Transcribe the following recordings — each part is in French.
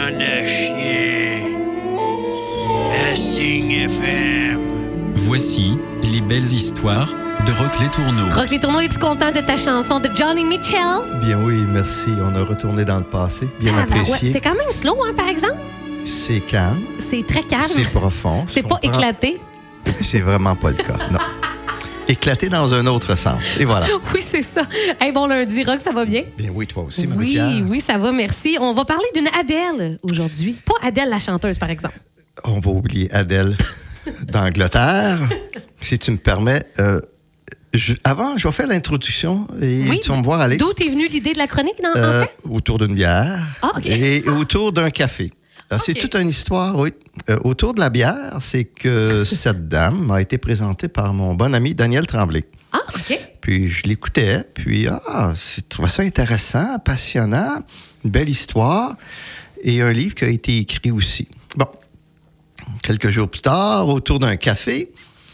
bande de chiens. À Signe FM. Voici les belles histoires de Roch Les Tourneaux. Roch Les Tourneaux, es-tu content de ta chanson de Johnny Mitchell? Bien oui, merci. On a retourné dans le passé. Bien apprécié. Ouais, c'est quand même slow, hein, par exemple. C'est calme. C'est très calme. C'est profond. C'est pas éclaté. C'est vraiment pas le cas, non. Éclaté dans un autre sens. Et voilà. Oui, c'est ça. Hey, bon lundi, Roch, ça va bien? Bien oui, toi aussi, Marie-Pierre. Oui, ça va, merci. On va parler d'une Adèle aujourd'hui. Pas Adèle la chanteuse, par exemple. On va oublier Adèle d'Angleterre. Si tu me permets, avant, je vais faire l'introduction et tu vas me voir aller. D'où t'es venue l'idée de la chronique, en fait? Autour d'une bière et autour d'un café. C'est toute une histoire, oui. Autour de la bière, c'est que cette dame m'a été présentée par mon bon ami Daniel Tremblay. Ah, OK. Puis je l'écoutais, puis je trouvais ça intéressant, passionnant, une belle histoire et un livre qui a été écrit aussi. Bon, quelques jours plus tard, autour d'un café,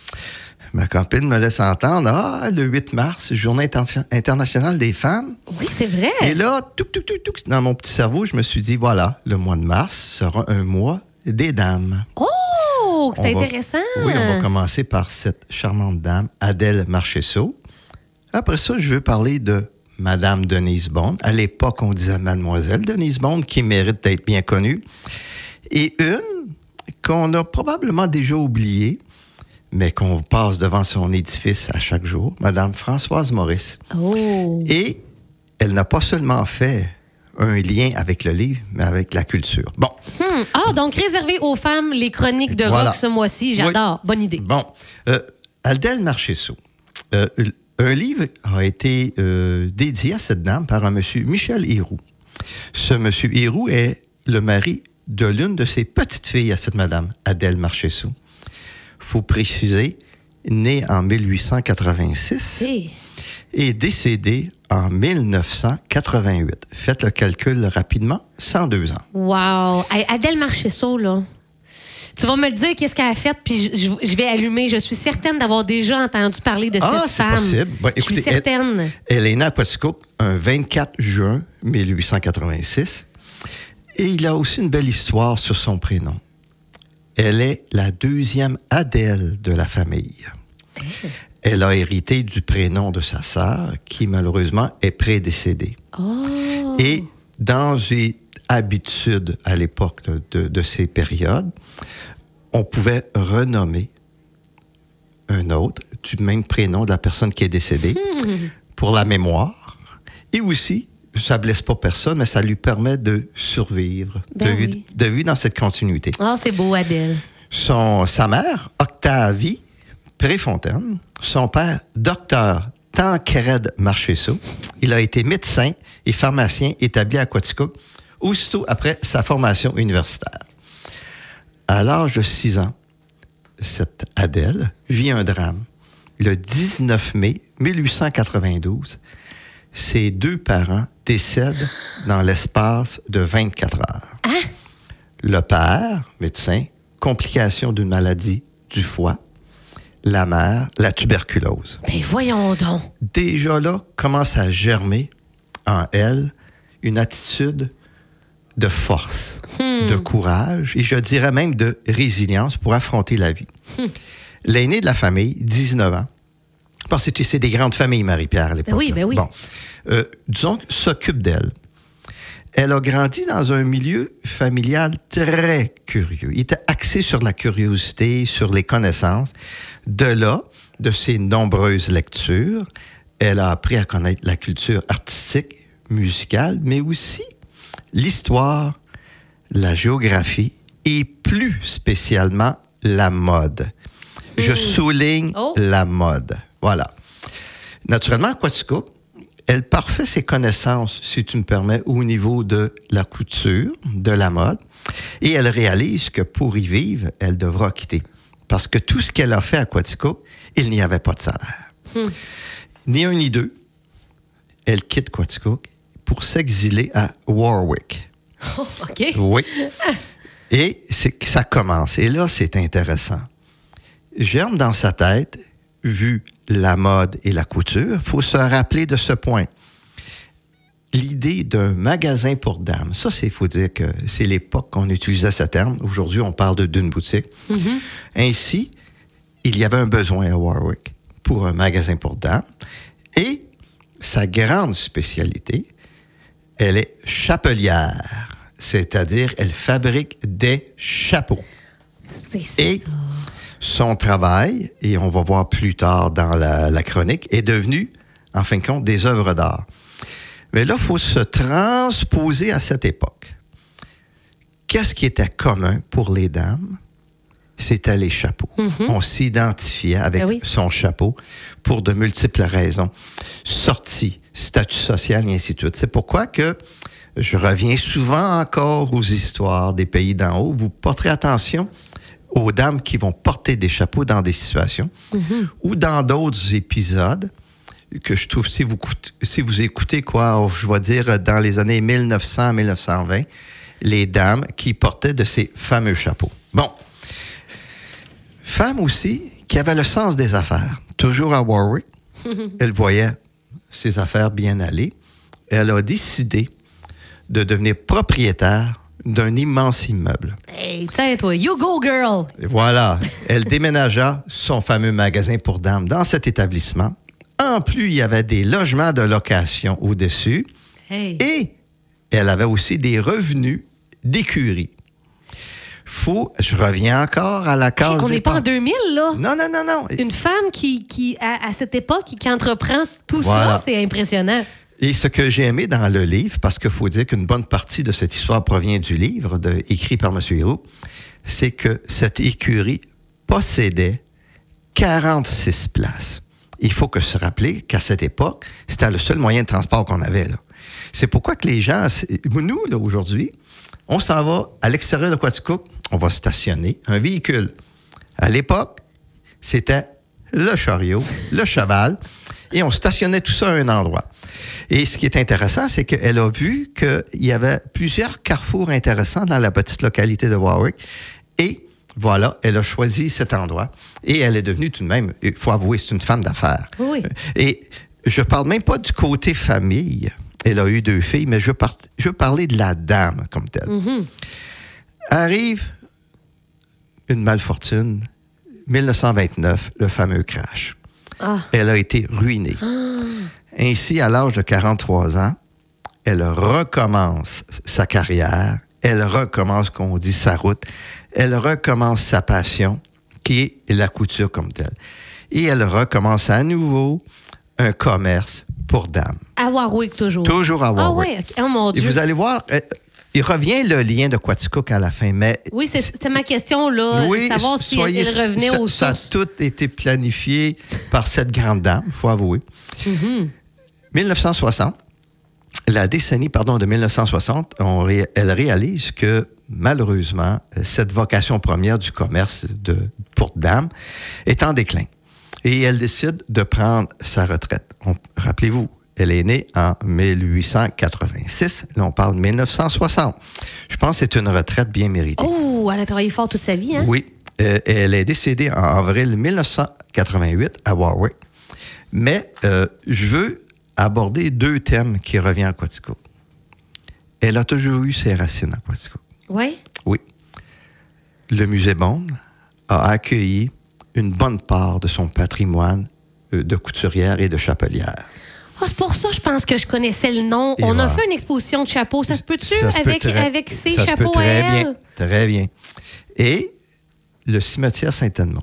ma copine me laisse entendre, le 8 mars, Journée internationale des femmes. Oui, c'est vrai. Et là, dans mon petit cerveau, je me suis dit, voilà, le mois de mars sera un mois des dames. Oh, c'est intéressant. Oui, on va commencer par cette charmante dame, Adèle Marcheseau. Après ça, je veux parler de Madame Denise Bond. À l'époque, on disait Mademoiselle Denise Bond, qui mérite d'être bien connue. Et une qu'on a probablement déjà oubliée, mais qu'on passe devant son édifice à chaque jour, Madame Françoise Maurice. Oh. Et elle n'a pas seulement fait un lien avec le livre, mais avec la culture. Bon. Donc réservé aux femmes, les chroniques de Roch ce mois-ci. J'adore. Oui. Bonne idée. Bon. Adèle Marcheseau. Un livre a été dédié à cette dame par un monsieur Michel Héroux. Ce monsieur Héroux est le mari de l'une de ses petites filles à cette madame, Adèle Marcheseau. Faut préciser, né en 1886 et décédé en 1988. Faites le calcul rapidement, 102 ans. Wow! Hey, Adèle Marcheseau, là, tu vas me le dire qu'est-ce qu'elle a fait, puis je vais allumer. Je suis certaine d'avoir déjà entendu parler de cette femme. Ah, c'est possible. Ben, écoutez, je suis certaine. Elle est née à Quaticook un 24 juin 1886 et il a aussi une belle histoire sur son prénom. Elle est la deuxième Adèle de la famille. Elle a hérité du prénom de sa sœur, qui malheureusement est prédécédée. Oh. Et dans les habitudes à l'époque de ces périodes, on pouvait renommer un autre du même prénom de la personne qui est décédée pour la mémoire. Et aussi, ça ne blesse pas personne, mais ça lui permet de survivre, de vivre dans cette continuité. Ah, c'est beau, Adèle. Sa mère, Octavie Préfontaine, son père, docteur Tancred Marcheseau, il a été médecin et pharmacien établi à Quaticook aussitôt après sa formation universitaire. À l'âge de 6 ans, cette Adèle vit un drame. Le 19 mai 1892, ses deux parents décèdent dans l'espace de 24 heures. Hein? Le père, médecin, complication d'une maladie du foie. La mère, la tuberculose. Ben voyons donc. Déjà là, commence à germer en elle une attitude de force, de courage et je dirais même de résilience pour affronter la vie. L'aîné de la famille, 19 ans, parce que c'est des grandes familles, Marie-Pierre, à l'époque. Ben oui. Bon, disons, s'occupe d'elle. Elle a grandi dans un milieu familial très curieux. Il était axé sur la curiosité, sur les connaissances. De là, de ses nombreuses lectures, elle a appris à connaître la culture artistique, musicale, mais aussi l'histoire, la géographie et plus spécialement la mode. Je souligne la mode. Voilà. Naturellement, à Quaticook, elle parfait ses connaissances, si tu me permets, au niveau de la couture, de la mode, et elle réalise que pour y vivre, elle devra quitter. Parce que tout ce qu'elle a fait à Quaticook, il n'y avait pas de salaire. Ni un ni deux. Elle quitte Quaticook pour s'exiler à Warwick. Oh, OK. Oui. Et ça commence. Et là, c'est intéressant. Germe dans sa tête, vu la mode et la couture, il faut se rappeler de ce point. l'idée d'un magasin pour dames. Ça, il faut dire que c'est l'époque qu'on utilisait ce terme. Aujourd'hui, on parle d'une boutique. Mm-hmm. Ainsi, il y avait un besoin à Warwick pour un magasin pour dames. Et sa grande spécialité, elle est chapelière. C'est-à-dire, elle fabrique des chapeaux. C'est Et ça. son travail, et on va voir plus tard dans la chronique, est devenu, en fin de compte, des œuvres d'art. Mais là, il faut se transposer à cette époque. Qu'est-ce qui était commun pour les dames? C'était les chapeaux. Mm-hmm. On s'identifiait avec son chapeau pour de multiples raisons. Sortie, statut social et ainsi de suite. C'est pourquoi que je reviens souvent encore aux histoires des pays d'en haut. Vous porterez attention aux dames qui vont porter des chapeaux dans des situations ou dans d'autres épisodes que je trouve, si vous écoutez quoi, je vais dire dans les années 1900-1920, les dames qui portaient de ces fameux chapeaux. Bon. Femme aussi qui avait le sens des affaires. Toujours à Warwick, elle voyait ses affaires bien aller. Elle a décidé de devenir propriétaire d'un immense immeuble. Hey, tiens, toi, you go, girl! Et voilà, elle déménagea son fameux magasin pour dames dans cet établissement. En plus, il y avait des logements de location au-dessus. Hey. Et elle avait aussi des revenus d'écurie. Je reviens encore à la case On n'est pas en 2000, là. Non. Une femme qui à cette époque, qui entreprend tout Voilà. ça, c'est impressionnant. Et ce que j'ai aimé dans le livre, parce qu'il faut dire qu'une bonne partie de cette histoire provient du livre écrit par M. Héroux, c'est que cette écurie possédait 46 places. Il faut que se rappeler qu'à cette époque, c'était le seul moyen de transport qu'on avait, là. C'est pourquoi que les gens, nous, là, aujourd'hui, on s'en va à l'extérieur de Quaticook, on va stationner un véhicule. À l'époque, c'était le chariot, le cheval, et on stationnait tout ça à un endroit. Et ce qui est intéressant, c'est qu'elle a vu qu'il y avait plusieurs carrefours intéressants dans la petite localité de Warwick, et voilà, elle a choisi cet endroit, et elle est devenue tout de même, il faut avouer, c'est une femme d'affaires. Oui. Et je parle même pas du côté famille. Elle a eu 2 filles, mais je veux parler de la dame comme telle. Mm-hmm. Arrive une malfortune, 1929, le fameux crash. Ah. Elle a été ruinée. Ainsi, à l'âge de 43 ans, elle recommence sa carrière, elle recommence, qu'on dit, sa route, elle recommence sa passion, qui est la couture comme telle. Et elle recommence à nouveau un commerce pour dames. À Warwick, toujours. Toujours à Warwick. Ah oui, oh mon Et Dieu. vous allez voir, il revient le lien de Quaticook à la fin, mais... Oui, c'était ma question, là. Oui, savoir si elle revenait aux ça sources. a tout été planifié par cette grande dame, il faut avouer. 1960, la décennie, de 1960, elle réalise que, malheureusement, cette vocation première du commerce pour dames est en déclin. Et elle décide de prendre sa retraite. Rappelez-vous, elle est née en 1886. Là, on parle de 1960. Je pense que c'est une retraite bien méritée. Oh, elle a travaillé fort toute sa vie, hein? Oui. Elle est décédée en avril 1988 à Warwick. Mais je veux aborder 2 thèmes qui reviennent à Quaticook. Elle a toujours eu ses racines à Quaticook. Oui? Oui. Le musée Bond a accueilli une bonne part de son patrimoine de couturière et de chapelière. Oh, c'est pour ça, je pense que je connaissais le nom. Et On a voilà. fait une exposition de chapeaux. Ça se peut-tu Ça se peut avec ses ça se chapeaux peut très à elle? bien, très bien. Et le cimetière Saint-Edmond.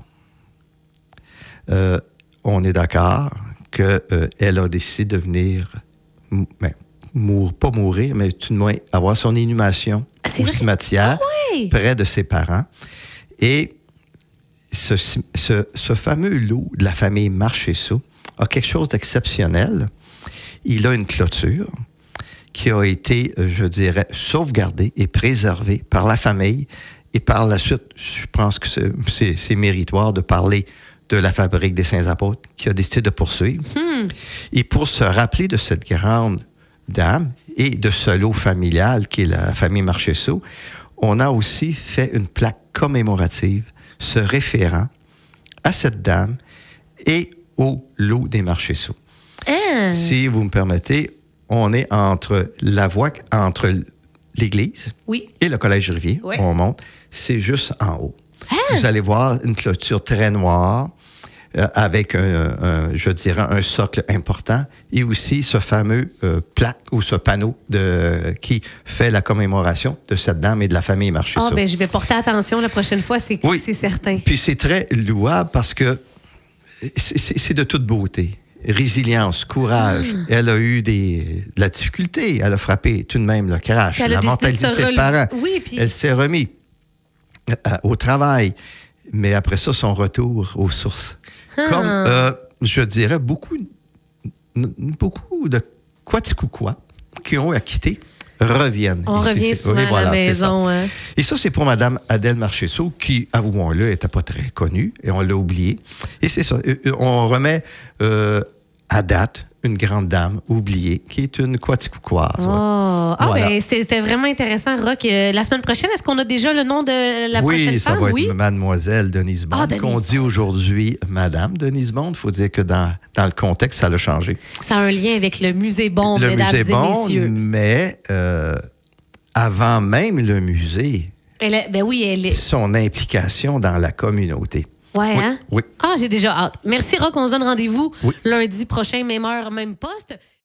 On est d'accord qu'elle a décidé de venir, pas mourir, mais tout de moins avoir son inhumation au cimetière, près de ses parents. Et ce fameux loup de la famille Marcheseau a quelque chose d'exceptionnel. Il a une clôture qui a été, je dirais, sauvegardée et préservée par la famille. Et par la suite, je pense que c'est méritoire de parler de la fabrique des Saints-Apôtres qui a décidé de poursuivre. Et pour se rappeler de cette grande dame et de ce lot familial qui est la famille Marcheseau, on a aussi fait une plaque commémorative se référant à cette dame et au lot des Marcheseau. Si vous me permettez, on est entre la voie, entre l'église Oui. et le collège Rivier. Oui. On monte. C'est juste en haut. Ah! Vous allez voir une clôture très noire avec, je dirais, un socle important et aussi ce fameux plaque ou ce panneau qui fait la commémoration de cette dame et de la famille Marchessault. Ah, ben je vais porter attention la prochaine fois, c'est certain. Puis c'est très louable parce que c'est de toute beauté. Résilience, courage. Elle a eu de la difficulté. Elle a frappé tout de même le crash, Elle a la décidé mortalité de de se ses parents. Oui, puis... Elle s'est remise au travail. Mais après ça, son retour aux sources. Comme, je dirais, beaucoup de Quaticookwa qui ont acquitté reviennent. On revient souvent à la maison. Hein. Et ça, c'est pour Mme Adèle Marchessault, qui, avouons-le, n'était pas très connue, et on l'a oublié. Et c'est ça. On remet à date une grande dame oubliée, qui est une Quaticookwa. Oh. Voilà. Ben, c'était vraiment intéressant, Roch. La semaine prochaine, est-ce qu'on a déjà le nom de la prochaine femme? Oui, ça va être Mademoiselle Denise Bond, qu'on dit aujourd'hui Madame Denise Bond. Il faut dire que dans le contexte, ça l'a changé. Ça a un lien avec le musée Bond, mesdames et messieurs. Mais avant même le musée, elle est... son implication dans la communauté. Ouais, oui, hein? Oui. Ah, j'ai déjà hâte. Merci, Roch. On se donne rendez-vous lundi prochain, même heure, même poste.